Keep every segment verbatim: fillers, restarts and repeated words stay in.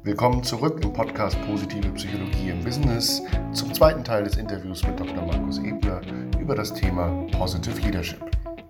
Willkommen zurück im Podcast Positive Psychologie im Business zum zweiten Teil des Interviews mit Doktor Markus Ebner über das Thema Positive Leadership.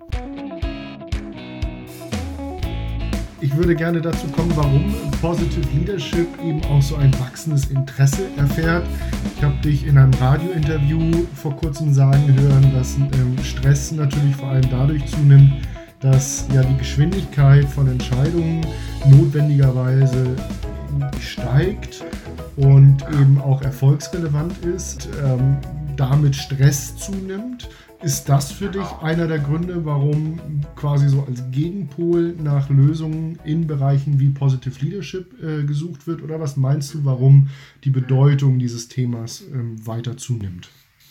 Ich würde gerne dazu kommen, warum Positive Leadership eben auch so ein wachsendes Interesse erfährt. Ich habe dich in einem Radiointerview vor kurzem sagen hören, dass ähm, Stress natürlich vor allem dadurch zunimmt, dass ja die Geschwindigkeit von Entscheidungen notwendigerweise steigt und eben auch erfolgsrelevant ist, ähm, damit Stress zunimmt. Ist das für dich einer der Gründe, warum quasi so als Gegenpol nach Lösungen in Bereichen wie Positive Leadership äh, gesucht wird? Oder was meinst du, warum die Bedeutung dieses Themas ähm, weiter zunimmt?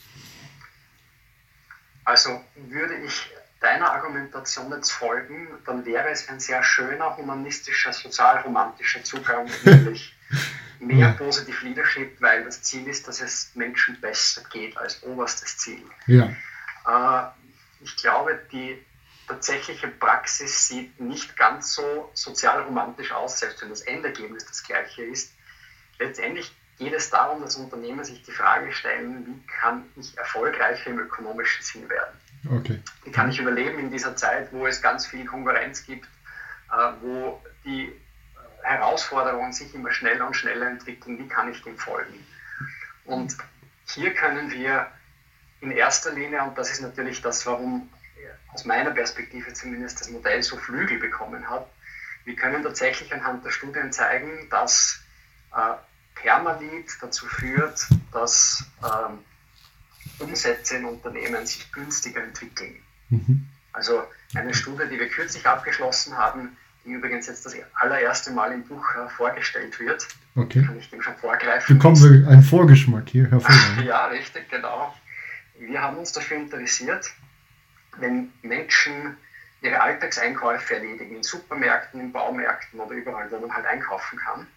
Also würde ich deiner Argumentation jetzt folgen, dann wäre es ein sehr schöner, humanistischer, sozialromantischer Zugang, nämlich mehr ja. Positive Leadership, weil das Ziel ist, dass es Menschen besser geht als oberstes Ziel. Ja. Äh, ich glaube, die tatsächliche Praxis sieht nicht ganz so sozialromantisch aus, selbst wenn das Endergebnis das gleiche ist. Letztendlich geht es darum, dass Unternehmen sich die Frage stellen, wie kann ich erfolgreicher im ökonomischen Sinn werden? Okay. Wie kann ich überleben in dieser Zeit, wo es ganz viel Konkurrenz gibt, äh, wo die Herausforderungen sich immer schneller und schneller entwickeln, wie kann ich dem folgen? Und hier können wir in erster Linie, und das ist natürlich das, warum aus meiner Perspektive zumindest das Modell so Flügel bekommen hat, wir können tatsächlich anhand der Studien zeigen, dass äh, Permalit dazu führt, dass ähm, Umsätze in Unternehmen sich günstiger entwickeln. Mhm. Also eine Studie, die wir kürzlich abgeschlossen haben, die übrigens jetzt das allererste Mal im Buch äh, vorgestellt wird. Okay. Kann ich dem schon vorgreifen? Bekommen wir einen Vorgeschmack hier, hervorragend. Ja, richtig, genau. Wir haben uns dafür interessiert, wenn Menschen ihre Alltagseinkäufe erledigen, in Supermärkten, in Baumärkten oder überall, wo man halt einkaufen kann,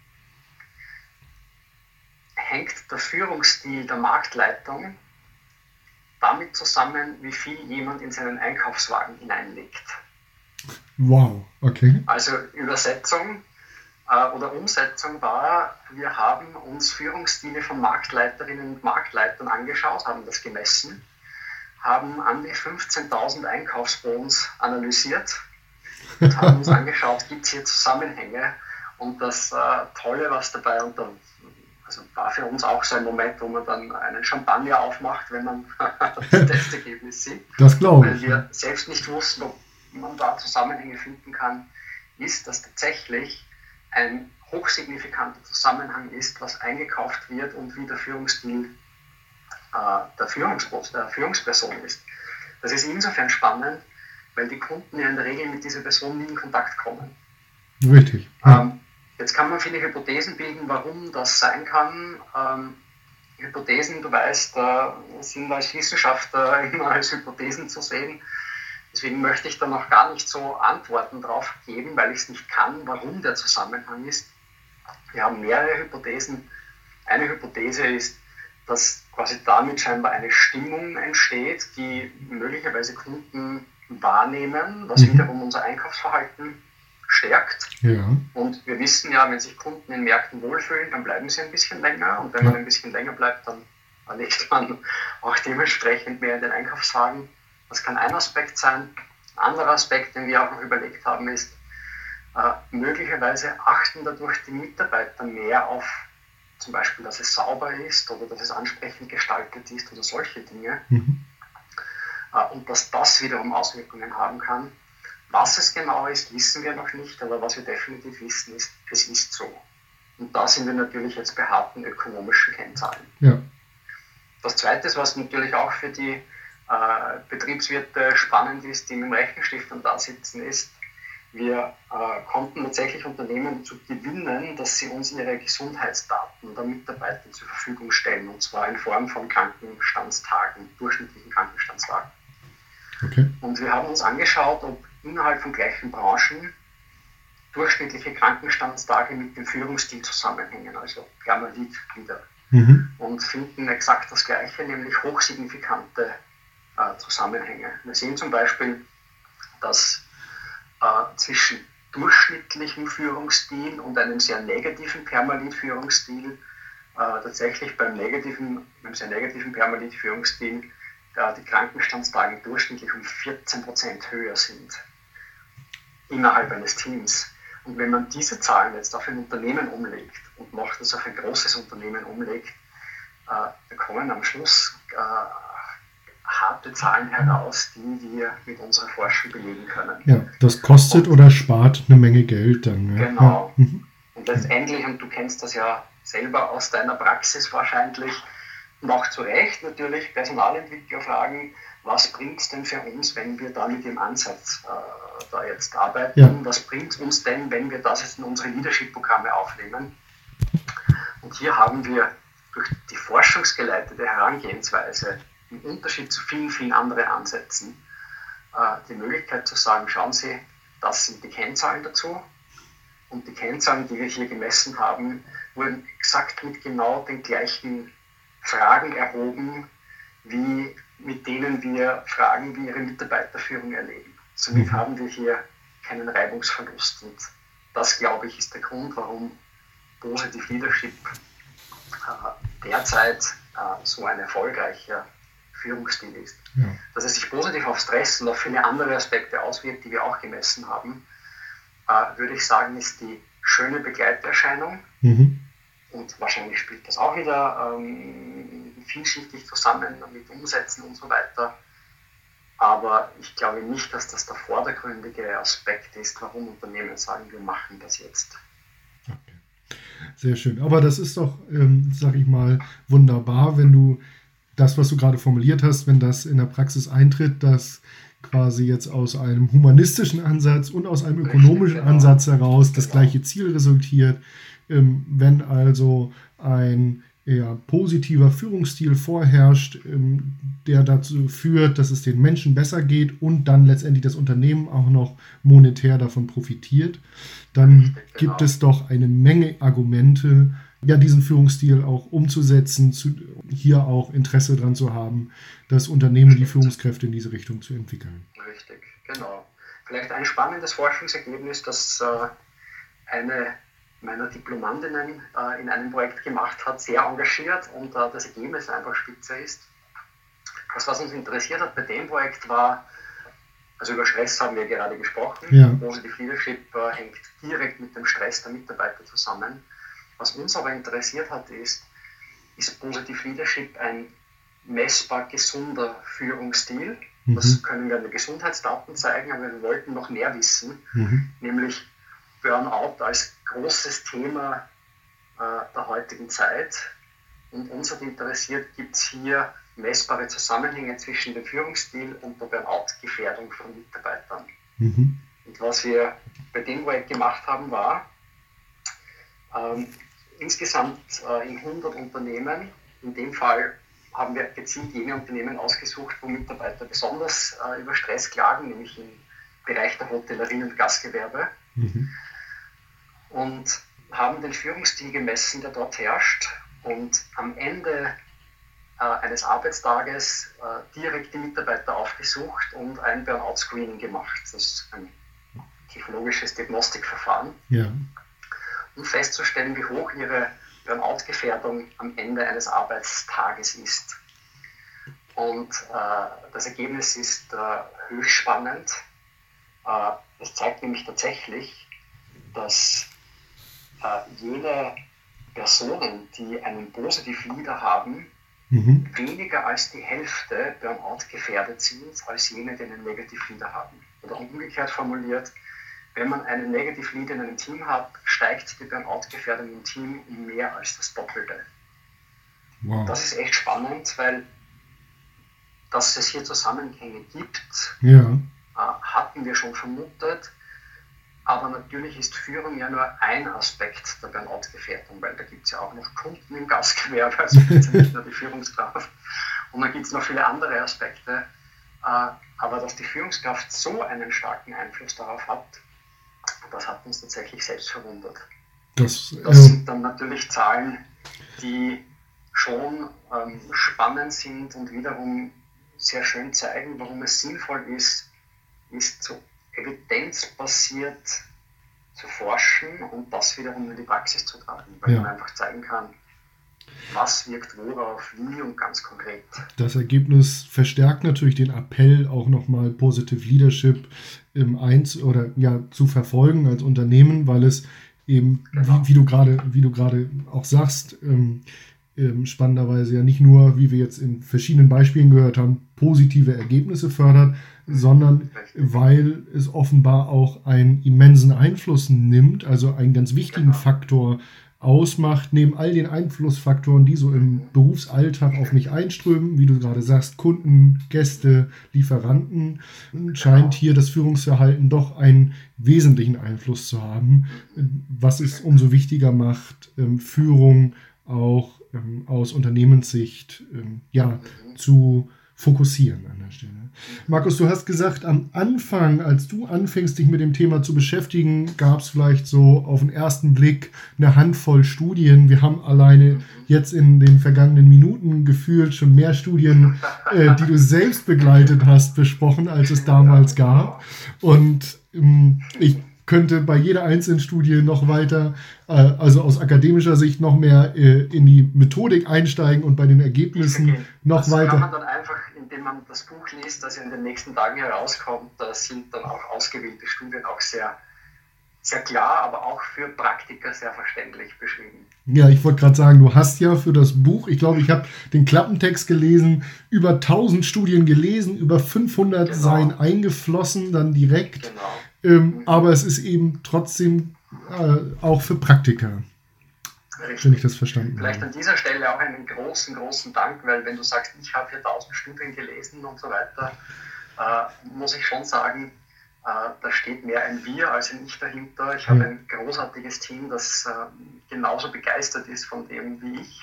hängt der Führungsstil der Marktleitung damit zusammen, wie viel jemand in seinen Einkaufswagen hineinlegt. Wow, okay. Also Übersetzung äh, oder Umsetzung war, wir haben uns Führungsstile von Marktleiterinnen und Marktleitern angeschaut, haben das gemessen, haben an die fünfzehntausend Einkaufsbons analysiert und haben uns angeschaut, gibt es hier Zusammenhänge. Und das äh, Tolle, was dabei unter Also war für uns auch so ein Moment, wo man dann einen Champagner aufmacht, wenn man das Testergebnis sieht. Das glaube ich. Weil wir selbst nicht wussten, ob man da Zusammenhänge finden kann, ist, dass tatsächlich ein hochsignifikanter Zusammenhang ist, was eingekauft wird und wie der Führungsstil äh, der, Führungs- der Führungsperson ist. Das ist insofern spannend, weil die Kunden ja in der Regel mit dieser Person nie in Kontakt kommen. Richtig. Ja. Ähm, Jetzt kann man viele Hypothesen bilden, warum das sein kann. Ähm, Hypothesen, du weißt, äh, sind als Wissenschaftler immer als Hypothesen zu sehen. Deswegen möchte ich da noch gar nicht so Antworten drauf geben, weil ich es nicht kann, warum der Zusammenhang ist. Wir haben mehrere Hypothesen. Eine Hypothese ist, dass quasi damit scheinbar eine Stimmung entsteht, die möglicherweise Kunden wahrnehmen, was mhm. wiederum unser Einkaufsverhalten stärkt. Ja. Und wir wissen ja, wenn sich Kunden in Märkten wohlfühlen, dann bleiben sie ein bisschen länger. Und wenn man ein bisschen länger bleibt, dann legt man auch dementsprechend mehr in den Einkaufswagen. Das kann ein Aspekt sein. Ein anderer Aspekt, den wir auch noch überlegt haben, ist, äh, möglicherweise achten dadurch die Mitarbeiter mehr auf zum Beispiel, dass es sauber ist oder dass es ansprechend gestaltet ist oder solche Dinge. Mhm. Äh, und dass das wiederum Auswirkungen haben kann. Was es genau ist, wissen wir noch nicht, aber was wir definitiv wissen, ist, es ist so. Und da sind wir natürlich jetzt bei harten ökonomischen Kennzahlen. Ja. Das Zweite, was natürlich auch für die äh, Betriebswirte spannend ist, die mit dem Rechenstift da sitzen, ist, wir äh, konnten tatsächlich Unternehmen dazu gewinnen, dass sie uns ihre Gesundheitsdaten der Mitarbeiter zur Verfügung stellen, und zwar in Form von Krankenstandstagen, durchschnittlichen Krankenstandstagen. Okay. Und wir haben uns angeschaut, ob innerhalb von gleichen Branchen durchschnittliche Krankenstandstage mit dem Führungsstil zusammenhängen, also Permalit wieder. Mhm. Und finden exakt das Gleiche, nämlich hochsignifikante äh, Zusammenhänge. Wir sehen zum Beispiel, dass äh, zwischen durchschnittlichen Führungsstil und einem sehr negativen Permalit-Führungsstil. Äh, tatsächlich beim negativen, beim sehr negativen Permalit-Führungsstil äh, die Krankenstandstage durchschnittlich um vierzehn Prozent höher sind innerhalb eines Teams. Und wenn man diese Zahlen jetzt auf ein Unternehmen umlegt und noch das auf ein großes Unternehmen umlegt, äh, da kommen am Schluss äh, harte Zahlen heraus, die wir mit unserer Forschung belegen können. Ja, das kostet und, oder spart eine Menge Geld dann. Ja. Genau. Ja. Mhm. Und letztendlich, und du kennst das ja selber aus deiner Praxis wahrscheinlich, und auch zu Recht natürlich, Personalentwickler fragen, was bringt es denn für uns, wenn wir da mit dem Ansatz äh, da jetzt arbeiten? Ja. Was bringt es uns denn, wenn wir das jetzt in unsere Leadership-Programme aufnehmen? Und hier haben wir durch die forschungsgeleitete Herangehensweise im Unterschied zu vielen, vielen anderen Ansätzen äh, die Möglichkeit zu sagen, schauen Sie, das sind die Kennzahlen dazu. Und die Kennzahlen, die wir hier gemessen haben, wurden exakt mit genau den gleichen Fragen erhoben, wie mit denen wir fragen, wie ihre Mitarbeiterführung erleben. Somit mhm. haben wir hier keinen Reibungsverlust. Und das, glaube ich, ist der Grund, warum Positive Leadership äh, derzeit äh, so ein erfolgreicher Führungsstil ist. Ja. Dass es sich positiv auf Stress und auf viele andere Aspekte auswirkt, die wir auch gemessen haben, äh, würde ich sagen, ist die schöne Begleiterscheinung. Mhm. Und wahrscheinlich spielt das auch wieder ähm, vielschichtig zusammen mit Umsätzen und so weiter. Aber ich glaube nicht, dass das der vordergründige Aspekt ist, warum Unternehmen sagen, wir machen das jetzt. Okay. Sehr schön. Aber das ist doch, ähm, sag ich mal, wunderbar, wenn du das, was du gerade formuliert hast, wenn das in der Praxis eintritt, dass quasi jetzt aus einem humanistischen Ansatz und aus einem ökonomischen Richtig, genau. Ansatz heraus das genau. gleiche Ziel resultiert. Ähm, wenn also ein eher positiver Führungsstil vorherrscht, ähm, der dazu führt, dass es den Menschen besser geht und dann letztendlich das Unternehmen auch noch monetär davon profitiert, dann Richtig, genau. gibt es doch eine Menge Argumente, ja, diesen Führungsstil auch umzusetzen, zu, hier auch Interesse dran zu haben, das Unternehmen, Stimmt. die Führungskräfte in diese Richtung zu entwickeln. Richtig, genau. Vielleicht ein spannendes Forschungsergebnis, das äh, eine meiner Diplomandinnen äh, in einem Projekt gemacht hat, sehr engagiert und äh, das Ergebnis einfach spitze ist. Das, was uns interessiert hat bei dem Projekt war, also über Stress haben wir gerade gesprochen, ja. Positive Leadership äh, hängt direkt mit dem Stress der Mitarbeiter zusammen. Was uns aber interessiert hat, ist, ist Positive Leadership ein messbar gesunder Führungsstil? Mhm. Das können wir an den Gesundheitsdaten zeigen, aber wir wollten noch mehr wissen, mhm. nämlich Burnout als großes Thema äh, der heutigen Zeit. Und uns hat interessiert, gibt es hier messbare Zusammenhänge zwischen dem Führungsstil und der Burnout-Gefährdung von Mitarbeitern. Mhm. Und was wir bei dem Projekt gemacht haben, war, ähm, insgesamt äh, in hundert Unternehmen, in dem Fall haben wir gezielt jene Unternehmen ausgesucht, wo Mitarbeiter besonders äh, über Stress klagen, nämlich im Bereich der Hotellerie und Gastgewerbe. Mhm. Und haben den Führungsstil gemessen, der dort herrscht, und am Ende äh, eines Arbeitstages äh, direkt die Mitarbeiter aufgesucht und ein Burnout-Screening gemacht. Das ist ein psychologisches Diagnostikverfahren. Ja. Um festzustellen, wie hoch ihre Burnout-Gefährdung am Ende eines Arbeitstages ist. Und äh, das Ergebnis ist äh, höchst spannend. Äh, es zeigt nämlich tatsächlich, dass äh, jene Personen, die einen Positive Leader haben, mhm. weniger als die Hälfte Burnout gefährdet sind, als jene, die einen Negative Leader haben. Oder umgekehrt formuliert, wenn man einen Negative Leader in einem Team hat, steigt die Burnout-Gefährdung im Team um mehr als das Doppelte. Wow. Das ist echt spannend, weil dass es hier Zusammenhänge gibt, ja. äh, hatten wir schon vermutet. Aber natürlich ist Führung ja nur ein Aspekt der Burnout-Gefährdung, weil da gibt es ja auch noch Kunden im Gastgewerbe, also gibt es ja nicht nur die Führungskraft. Und dann gibt es noch viele andere Aspekte. Äh, aber dass die Führungskraft so einen starken Einfluss darauf hat, das hat uns tatsächlich selbst verwundert. Das, das äh, sind dann natürlich Zahlen, die schon ähm, spannend sind und wiederum sehr schön zeigen, warum es sinnvoll ist, ist so evidenzbasiert zu forschen und das wiederum in die Praxis zu tragen, weil ja. man einfach zeigen kann, was wirkt worauf, wie und ganz konkret. Das Ergebnis verstärkt natürlich den Appell, auch nochmal Positive Leadership im Eins oder ja zu verfolgen als Unternehmen, weil es eben, genau. wie, wie du gerade, wie du gerade auch sagst, ähm, ähm, spannenderweise ja nicht nur, wie wir jetzt in verschiedenen Beispielen gehört haben, positive Ergebnisse fördert, sondern weil es offenbar auch einen immensen Einfluss nimmt, also einen ganz wichtigen genau. Faktor ausmacht, neben all den Einflussfaktoren, die so im Berufsalltag auf mich einströmen, wie du gerade sagst, Kunden, Gäste, Lieferanten, scheint hier das Führungsverhalten doch einen wesentlichen Einfluss zu haben, was es umso wichtiger macht, Führung auch aus Unternehmenssicht ja, zu fokussieren an der Stelle. Markus, du hast gesagt, am Anfang, als du anfängst, dich mit dem Thema zu beschäftigen, gab es vielleicht so auf den ersten Blick eine Handvoll Studien. Wir haben alleine jetzt in den vergangenen Minuten gefühlt schon mehr Studien, äh, die du selbst begleitet hast, besprochen, als es damals gab. Und ähm, ich könnte bei jeder einzelnen Studie noch weiter, äh, also aus akademischer Sicht noch mehr äh, in die Methodik einsteigen und bei den Ergebnissen noch das weiter. Kann man dann einfach, indem man das Buch liest, das in den nächsten Tagen herauskommt, da sind dann auch ausgewählte Studien auch sehr, sehr klar, aber auch für Praktiker sehr verständlich beschrieben. Ja, ich wollte gerade sagen, du hast ja für das Buch, ich glaube, ich habe den Klappentext gelesen, über tausend Studien gelesen, über fünfhundert genau. seien eingeflossen, dann direkt. Genau. Ähm, mhm. Aber es ist eben trotzdem äh, auch für Praktiker, Richtig. wenn ich das verstanden Vielleicht habe. An dieser Stelle auch einen großen, großen Dank, weil wenn du sagst, ich habe hier tausend Studien gelesen und so weiter, äh, muss ich schon sagen, äh, da steht mehr ein Wir als ein Ich dahinter. Ich habe ja. ein großartiges Team, das äh, genauso begeistert ist von dem wie ich.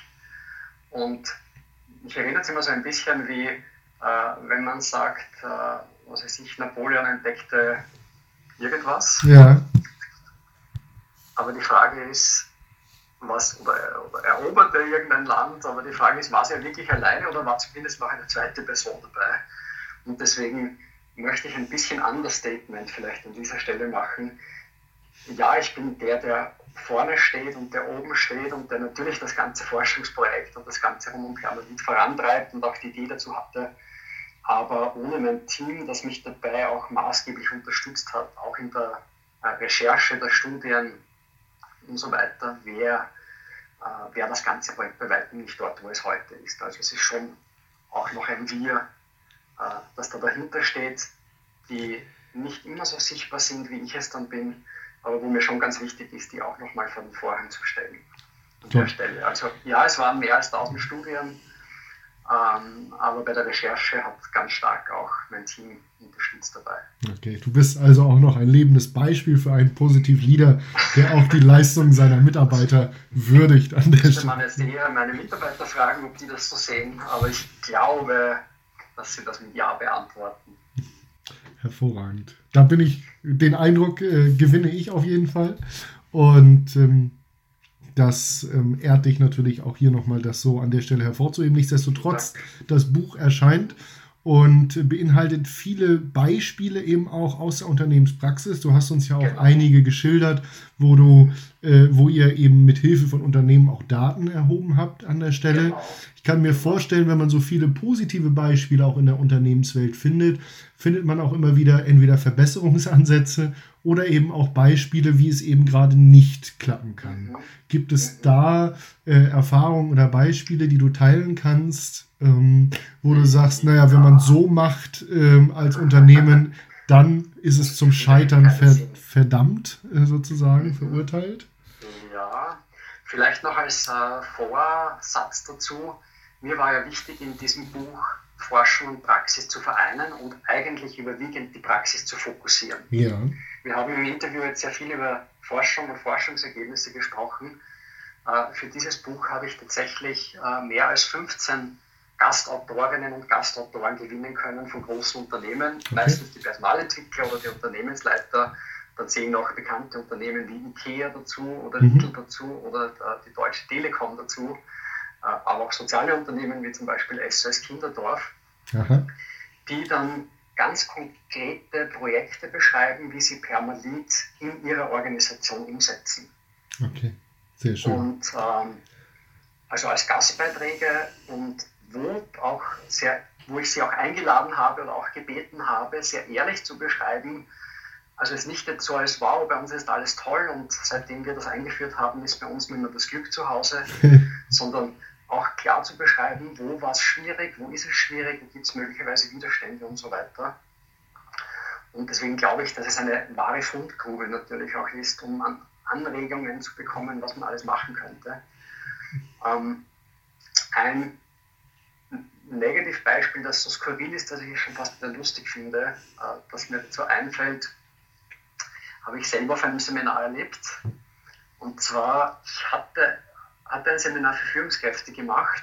Und ich erinnere es immer so ein bisschen wie, äh, wenn man sagt, äh, was weiß ich, Napoleon entdeckte irgendwas. Ja. Aber die Frage ist, was, oder, oder eroberte irgendein Land, aber die Frage ist, war es ja wirklich alleine oder war zumindest noch eine zweite Person dabei? Und deswegen möchte ich ein bisschen Understatement vielleicht an dieser Stelle machen. Ja, ich bin der, der vorne steht und der oben steht und der natürlich das ganze Forschungsprojekt und das ganze Rum und Klammer mit vorantreibt und auch die Idee dazu hatte. Aber ohne mein Team, das mich dabei auch maßgeblich unterstützt hat, auch in der äh, Recherche der Studien und so weiter, wäre äh, wär das ganze Projekt bei weitem nicht dort, wo es heute ist. Also es ist schon auch noch ein Wir, äh, das da dahinter steht, die nicht immer so sichtbar sind, wie ich es dann bin, aber wo mir schon ganz wichtig ist, die auch nochmal vor den Vorhang zu stellen. An der Stelle. Also ja, es waren mehr als tausend Studien, Ähm, aber bei der Recherche hat ganz stark auch mein Team unterstützt dabei. Okay, du bist also auch noch ein lebendes Beispiel für einen Positive Leader, der auch die Leistung seiner Mitarbeiter würdigt an der Stelle. Ich kann jetzt eher meine Mitarbeiter fragen, ob die das so sehen, aber ich glaube, dass sie das mit Ja beantworten. Hervorragend. Da bin ich, den Eindruck äh, gewinne ich auf jeden Fall. Und ähm, Das ähm, ehrt dich natürlich auch hier nochmal, das so an der Stelle hervorzuheben. Nichtsdestotrotz, das Buch erscheint und beinhaltet viele Beispiele eben auch aus der Unternehmenspraxis. Du hast uns ja auch genau. einige geschildert, wo du, äh, wo ihr eben mit Hilfe von Unternehmen auch Daten erhoben habt an der Stelle. Genau. Ich kann mir vorstellen, wenn man so viele positive Beispiele auch in der Unternehmenswelt findet, findet man auch immer wieder entweder Verbesserungsansätze oder eben auch Beispiele, wie es eben gerade nicht klappen kann. Mhm. Gibt es da äh, Erfahrungen oder Beispiele, die du teilen kannst, ähm, wo du sagst, naja, wenn man so macht ähm, als Unternehmen, dann ist es zum Scheitern ver verdammt, äh, sozusagen, verurteilt? Ja, vielleicht noch als äh, Vorsatz dazu. Mir war ja wichtig, in diesem Buch Forschung und Praxis zu vereinen und eigentlich überwiegend die Praxis zu fokussieren. Ja. Wir haben im Interview jetzt sehr viel über Forschung und Forschungsergebnisse gesprochen. Für dieses Buch habe ich tatsächlich mehr als fünfzehn Gastautorinnen und Gastautoren gewinnen können von großen Unternehmen, okay. meistens die Personalentwickler oder die Unternehmensleiter. Dann zählen auch bekannte Unternehmen wie IKEA dazu oder mhm. Lidl dazu oder die Deutsche Telekom dazu. Aber auch soziale Unternehmen wie zum Beispiel S O S Kinderdorf, Aha. die dann ganz konkrete Projekte beschreiben, wie sie Permalit in ihrer Organisation umsetzen. Okay, sehr schön. Und ähm, also als Gastbeiträge und wo auch sehr, wo ich sie auch eingeladen habe oder auch gebeten habe, sehr ehrlich zu beschreiben. Also es ist nicht jetzt so als wow, bei uns ist alles toll und seitdem wir das eingeführt haben, ist bei uns nicht mehr das Glück zu Hause, sondern auch klar zu beschreiben, wo war es schwierig, wo ist es schwierig, wo gibt es möglicherweise Widerstände und so weiter. Und deswegen glaube ich, dass es eine wahre Fundgrube natürlich auch ist, um an Anregungen zu bekommen, was man alles machen könnte. Ähm, ein Negativbeispiel, das so skurril ist, dass ich schon fast wieder lustig finde, äh, das mir dazu einfällt, habe ich selber auf einem Seminar erlebt. Und zwar, ich hatte, hatte ein Seminar für Führungskräfte gemacht,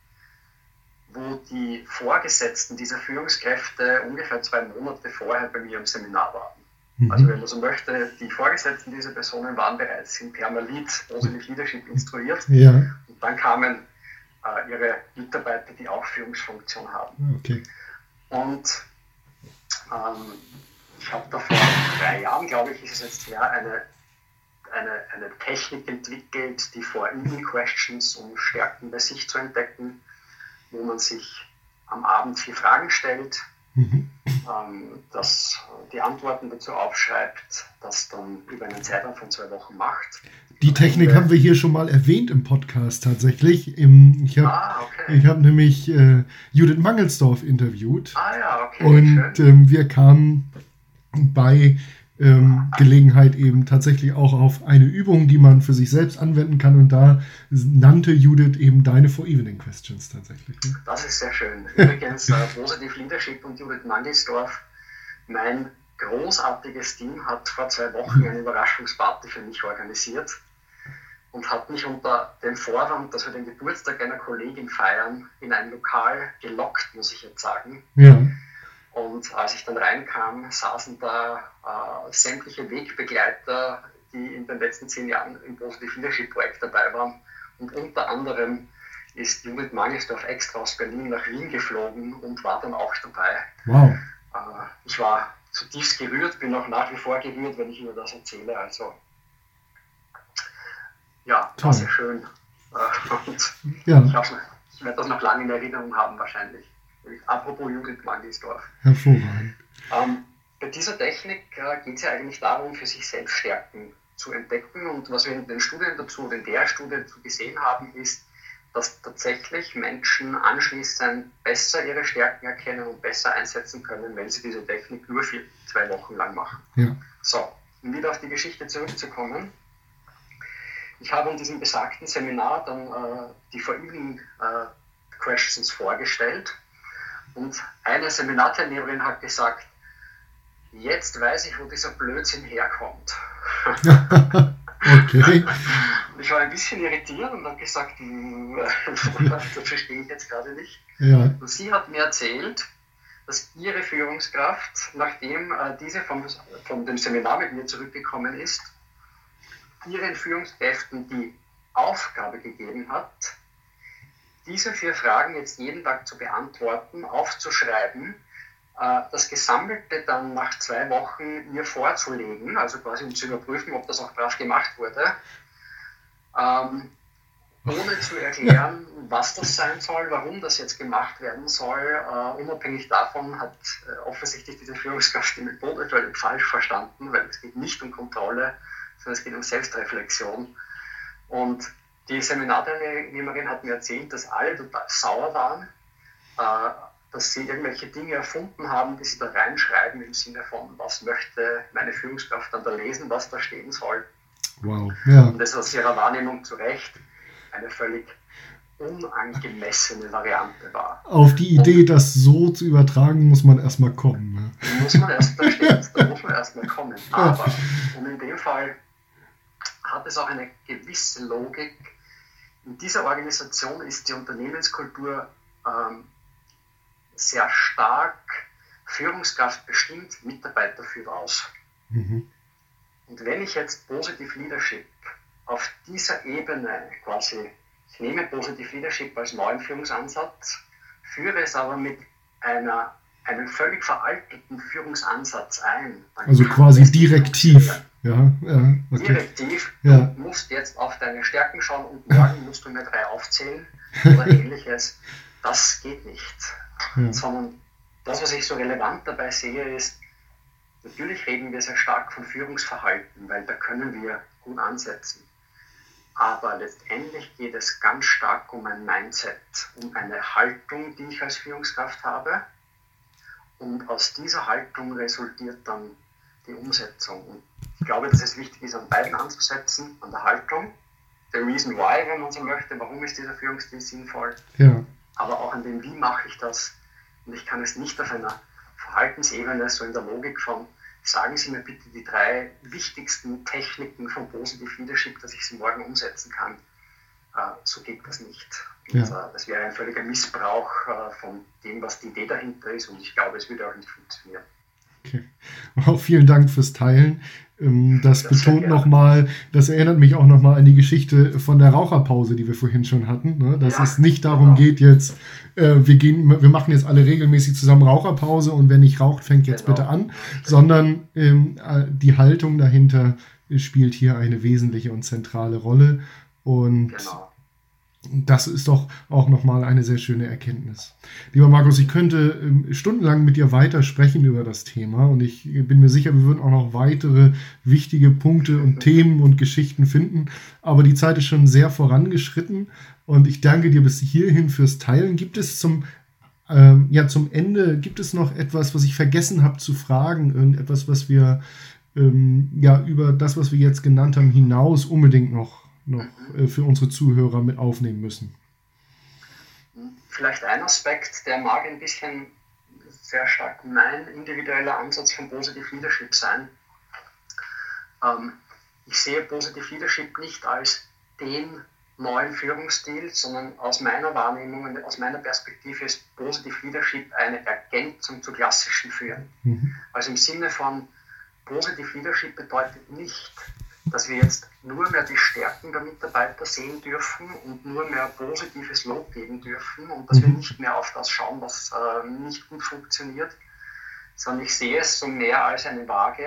wo die Vorgesetzten dieser Führungskräfte ungefähr zwei Monate vorher bei mir im Seminar waren. Mhm. Also wenn man so möchte, die Vorgesetzten dieser Personen waren bereits in Permalit, Positive Leadership instruiert. Ja. Und dann kamen äh, ihre Mitarbeiter, die auch Führungsfunktion haben. Okay. Und ähm, ich habe da vor drei Jahren, glaube ich, ist es jetzt her, eine, eine, eine Technik entwickelt, die For Evening Questions, um Stärken bei sich zu entdecken, wo man sich am Abend vier Fragen stellt, mhm. ähm, das, die Antworten dazu aufschreibt, das dann über einen Zeitraum von zwei Wochen macht. Die Technik haben wir hier schon mal erwähnt im Podcast tatsächlich. Im, ich habe ah, okay. hab nämlich äh, Judith Mangelsdorf interviewt. Ah ja, okay. Und ähm, wir kamen bei ähm, Gelegenheit eben tatsächlich auch auf eine Übung, die man für sich selbst anwenden kann. Und da nannte Judith eben deine For Evening Questions tatsächlich. Ne? Das ist sehr schön. Übrigens, äh, Positive Leadership und Judith Mangelsdorf, mein großartiges Team hat vor zwei Wochen eine Überraschungsparty für mich organisiert und hat mich unter dem Vorwand, dass wir den Geburtstag einer Kollegin feiern, in ein Lokal gelockt, muss ich jetzt sagen. Ja. Und als ich dann reinkam, saßen da äh, sämtliche Wegbegleiter, die in den letzten zehn Jahren im Positive Leadership Projekt dabei waren. Und unter anderem ist Judith Mangelsdorf extra aus Berlin nach Wien geflogen und war dann auch dabei. Wow. Äh, ich war zutiefst gerührt, bin auch nach wie vor gerührt, wenn ich über das erzähle. Also ja, toll. War sehr schön. Äh, und ja. ich, ich werde das noch lange in Erinnerung haben wahrscheinlich. Apropos Judith Mangelsdorf. Hervorragend. Ähm, bei dieser Technik äh, geht es ja eigentlich darum, für sich selbst Stärken zu entdecken. Und was wir in den Studien dazu, oder in der Studie dazu gesehen haben, ist, dass tatsächlich Menschen anschließend besser ihre Stärken erkennen und besser einsetzen können, wenn sie diese Technik nur für zwei Wochen lang machen. Ja. So, um wieder auf die Geschichte zurückzukommen. Ich habe in diesem besagten Seminar dann äh, die For Evening äh, Questions vorgestellt. Und eine Seminarteilnehmerin hat gesagt, jetzt weiß ich, wo dieser Blödsinn herkommt. Okay. Und ich war ein bisschen irritiert und habe gesagt, das verstehe ich jetzt gerade nicht. Ja. Und sie hat mir erzählt, dass ihre Führungskraft, nachdem äh, diese vom, von dem Seminar mit mir zurückgekommen ist, ihren Führungskräften die Aufgabe gegeben hat, diese vier Fragen jetzt jeden Tag zu beantworten, aufzuschreiben, äh, das Gesammelte dann nach zwei Wochen ihr vorzulegen, also quasi um zu überprüfen, ob das auch brav gemacht wurde, ähm, ohne zu erklären, was das sein soll, warum das jetzt gemacht werden soll. Äh, unabhängig davon hat äh, offensichtlich diese Führungskraft die Methode völlig falsch verstanden, weil es geht nicht um Kontrolle, sondern es geht um Selbstreflexion. Und die Seminarteilnehmerin hat mir erzählt, dass alle total sauer waren, äh, dass sie irgendwelche Dinge erfunden haben, die sie da reinschreiben im Sinne von, was möchte meine Führungskraft dann da lesen, was da stehen soll. Wow. Ja. Und das aus ihrer Wahrnehmung zu Recht eine völlig unangemessene Variante war. Auf die Idee, und das so zu übertragen, muss man erstmal kommen. Ne? Muss man erst, da steht's, da muss man erstmal kommen. Aber, und in dem Fall hat es auch eine gewisse Logik. In dieser Organisation ist die Unternehmenskultur ähm, sehr stark Führungskraft bestimmt, Mitarbeiter führt aus. Mhm. Und wenn ich jetzt Positive Leadership auf dieser Ebene quasi, ich nehme Positive Leadership als neuen Führungsansatz, führe es aber mit einer einen völlig veralteten Führungsansatz ein. Also quasi direktiv. Ja, ja, okay. Direktiv, ja. Du musst jetzt auf deine Stärken schauen und morgen musst du mir drei aufzählen oder ähnliches. Das geht nicht. Ja. Sondern das, was ich so relevant dabei sehe, ist, natürlich reden wir sehr stark von Führungsverhalten, weil da können wir gut ansetzen. Aber letztendlich geht es ganz stark um ein Mindset, um eine Haltung, die ich als Führungskraft habe. Und aus dieser Haltung resultiert dann die Umsetzung. Und ich glaube, dass es wichtig ist, an beiden anzusetzen, an der Haltung, the reason why, wenn man so möchte, warum ist dieser Führungsstil sinnvoll, ja. aber auch an dem, wie mache ich das. Und ich kann es nicht auf einer Verhaltensebene, so in der Logik von, sagen Sie mir bitte die drei wichtigsten Techniken von Positive Leadership, dass ich sie morgen umsetzen kann. Äh, so geht das nicht. Und, ja. äh, das wäre ein völliger Missbrauch äh, von dem, was die Idee dahinter ist. Und ich glaube, es würde auch nicht funktionieren. Okay. Auch vielen Dank fürs Teilen. Das ja, betont nochmal, das erinnert mich auch nochmal an die Geschichte von der Raucherpause, die wir vorhin schon hatten, dass ja, es nicht darum genau. geht jetzt, wir gehen, wir machen jetzt alle regelmäßig zusammen Raucherpause und wer nicht raucht, fängt jetzt genau. bitte an, sondern ähm, die Haltung dahinter spielt hier eine wesentliche und zentrale Rolle und genau. Das ist doch auch nochmal eine sehr schöne Erkenntnis. Lieber Markus, ich könnte ähm, stundenlang mit dir weiter sprechen über das Thema und ich bin mir sicher, wir würden auch noch weitere wichtige Punkte und Themen und Geschichten finden, aber die Zeit ist schon sehr vorangeschritten und ich danke dir bis hierhin fürs Teilen. Gibt es zum, ähm, ja, zum Ende, gibt es noch etwas, was ich vergessen habe zu fragen, irgendetwas, was wir ähm, ja, über das, was wir jetzt genannt haben, hinaus unbedingt noch noch äh, für unsere Zuhörer mit aufnehmen müssen? Vielleicht ein Aspekt, der mag ein bisschen sehr stark mein individueller Ansatz von Positive Leadership sein. Ähm, ich sehe Positive Leadership nicht als den neuen Führungsstil, sondern aus meiner Wahrnehmung und aus meiner Perspektive ist Positive Leadership eine Ergänzung zu klassischen Führen. Mhm. Also im Sinne von Positive Leadership bedeutet nicht, dass wir jetzt nur mehr die Stärken der Mitarbeiter sehen dürfen und nur mehr positives Lob geben dürfen und dass wir nicht mehr auf das schauen, was äh, nicht gut funktioniert, sondern ich sehe es so mehr als eine Waage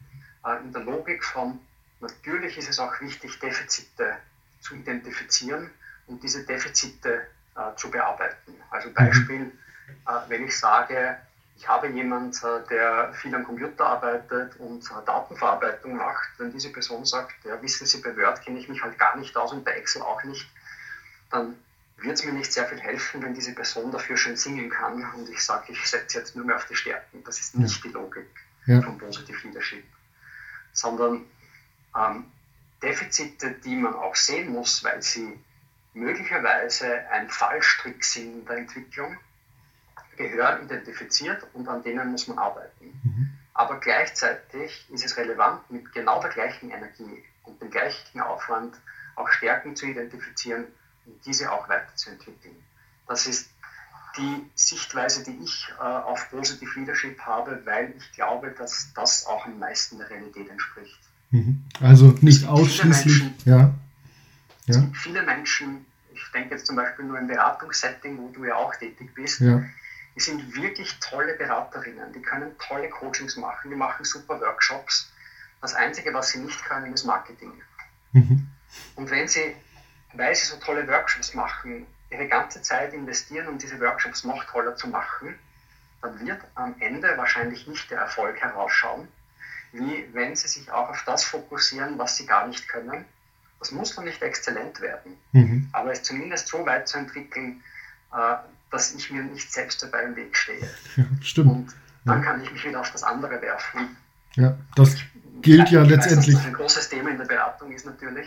äh, in der Logik von, natürlich ist es auch wichtig, Defizite zu identifizieren und diese Defizite äh, zu bearbeiten. Also Beispiel, äh, wenn ich sage, ich habe jemanden, der viel am Computer arbeitet und Datenverarbeitung macht. Wenn diese Person sagt, ja, wissen Sie, bei Word kenne ich mich halt gar nicht aus und bei Excel auch nicht, dann wird es mir nicht sehr viel helfen, wenn diese Person dafür schön singen kann und ich sage, ich setze jetzt nur mehr auf die Stärken. Das ist nicht die Logik ja. von Positive Leadership, sondern ähm, Defizite, die man auch sehen muss, weil sie möglicherweise ein Fallstrick sind in der Entwicklung, gehören identifiziert und an denen muss man arbeiten. Mhm. Aber gleichzeitig ist es relevant, mit genau der gleichen Energie und dem gleichen Aufwand auch Stärken zu identifizieren und diese auch weiterzuentwickeln. Das ist die Sichtweise, die ich äh, auf Positive Leadership habe, weil ich glaube, dass das auch am meisten der Realität entspricht. Mhm. Also nicht ausschließlich. Menschen, ja. Es gibt viele Menschen, ich denke jetzt zum Beispiel nur im Beratungssetting, wo du ja auch tätig bist, ja. Die sind wirklich tolle Beraterinnen, die können tolle Coachings machen, die machen super Workshops. Das Einzige, was sie nicht können, ist Marketing. Mhm. Und wenn sie, weil sie so tolle Workshops machen, ihre ganze Zeit investieren, um diese Workshops noch toller zu machen, dann wird am Ende wahrscheinlich nicht der Erfolg herausschauen, wie wenn sie sich auch auf das fokussieren, was sie gar nicht können. Das muss noch nicht exzellent werden, mhm. aber es zumindest so weit zu entwickeln, äh, dass ich mir nicht selbst dabei im Weg stehe. Ja, stimmt. Und dann ja. kann ich mich wieder auf das andere werfen. Ja, das gilt ja ich letztendlich. Weiß, dass das ein großes Thema in der Beratung ist natürlich.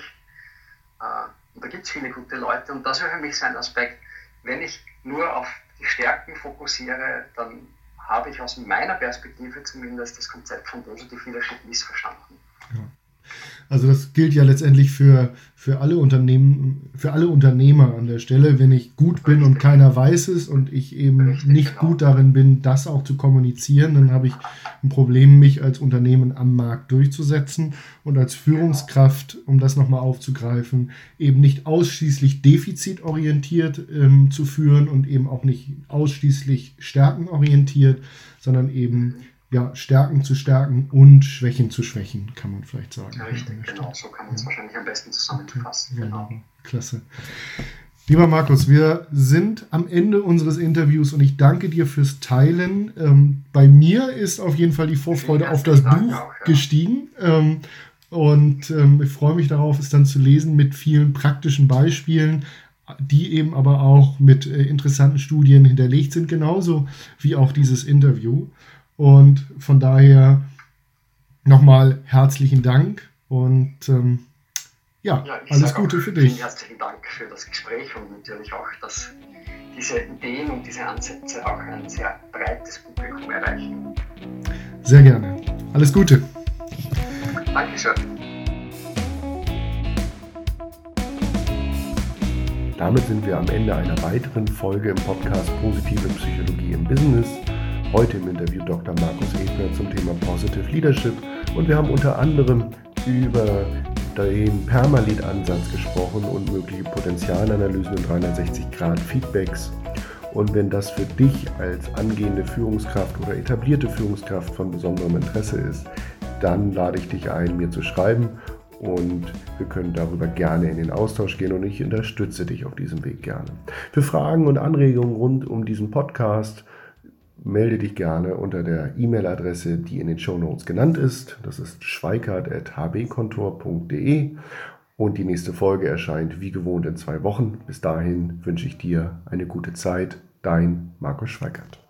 Und da gibt es viele gute Leute. Und das wäre für mich so ein Aspekt, wenn ich nur auf die Stärken fokussiere, dann habe ich aus meiner Perspektive zumindest das Konzept von Positive Leadership missverstanden. Ja. Also das gilt ja letztendlich für, für alle Unternehmen, für alle Unternehmer an der Stelle. Wenn ich gut bin und keiner weiß es und ich eben nicht gut darin bin, das auch zu kommunizieren, dann habe ich ein Problem, mich als Unternehmen am Markt durchzusetzen und als Führungskraft, um das nochmal aufzugreifen, eben nicht ausschließlich defizitorientiert ähm, zu führen und eben auch nicht ausschließlich stärkenorientiert, sondern eben ja, Stärken zu stärken und Schwächen zu schwächen, kann man vielleicht sagen. Richtig, genau, so kann man es ja. wahrscheinlich am besten zusammenfassen. Okay. Genau. Klasse. Lieber Markus, wir sind am Ende unseres Interviews und ich danke dir fürs Teilen. Ähm, bei mir ist auf jeden Fall die Vorfreude auf das Buch auch, ja. gestiegen ähm, und ähm, ich freue mich darauf, es dann zu lesen mit vielen praktischen Beispielen, die eben aber auch mit äh, interessanten Studien hinterlegt sind, genauso wie auch dieses Interview. Und von daher nochmal herzlichen Dank und ähm, ja, ja alles Gute für dich. Vielen herzlichen Dank für das Gespräch und natürlich auch, dass diese Ideen und diese Ansätze auch ein sehr breites Publikum erreichen. Sehr gerne. Alles Gute. Dankeschön. Damit sind wir am Ende einer weiteren Folge im Podcast Positive Psychologie im Business. Heute im Interview Doktor Markus Ebner zum Thema Positive Leadership und wir haben unter anderem über den Permalit-Ansatz gesprochen und mögliche Potenzialanalysen und dreihundertsechzig Grad Feedbacks. Und wenn das für dich als angehende Führungskraft oder etablierte Führungskraft von besonderem Interesse ist, dann lade ich dich ein, mir zu schreiben und wir können darüber gerne in den Austausch gehen und ich unterstütze dich auf diesem Weg gerne. Für Fragen und Anregungen rund um diesen Podcast melde dich gerne unter der E-Mail-Adresse, die in den Shownotes genannt ist. Das ist schweikart at h b kontor punkt d e und die nächste Folge erscheint wie gewohnt in zwei Wochen. Bis dahin wünsche ich dir eine gute Zeit. Dein Markus Schweikart.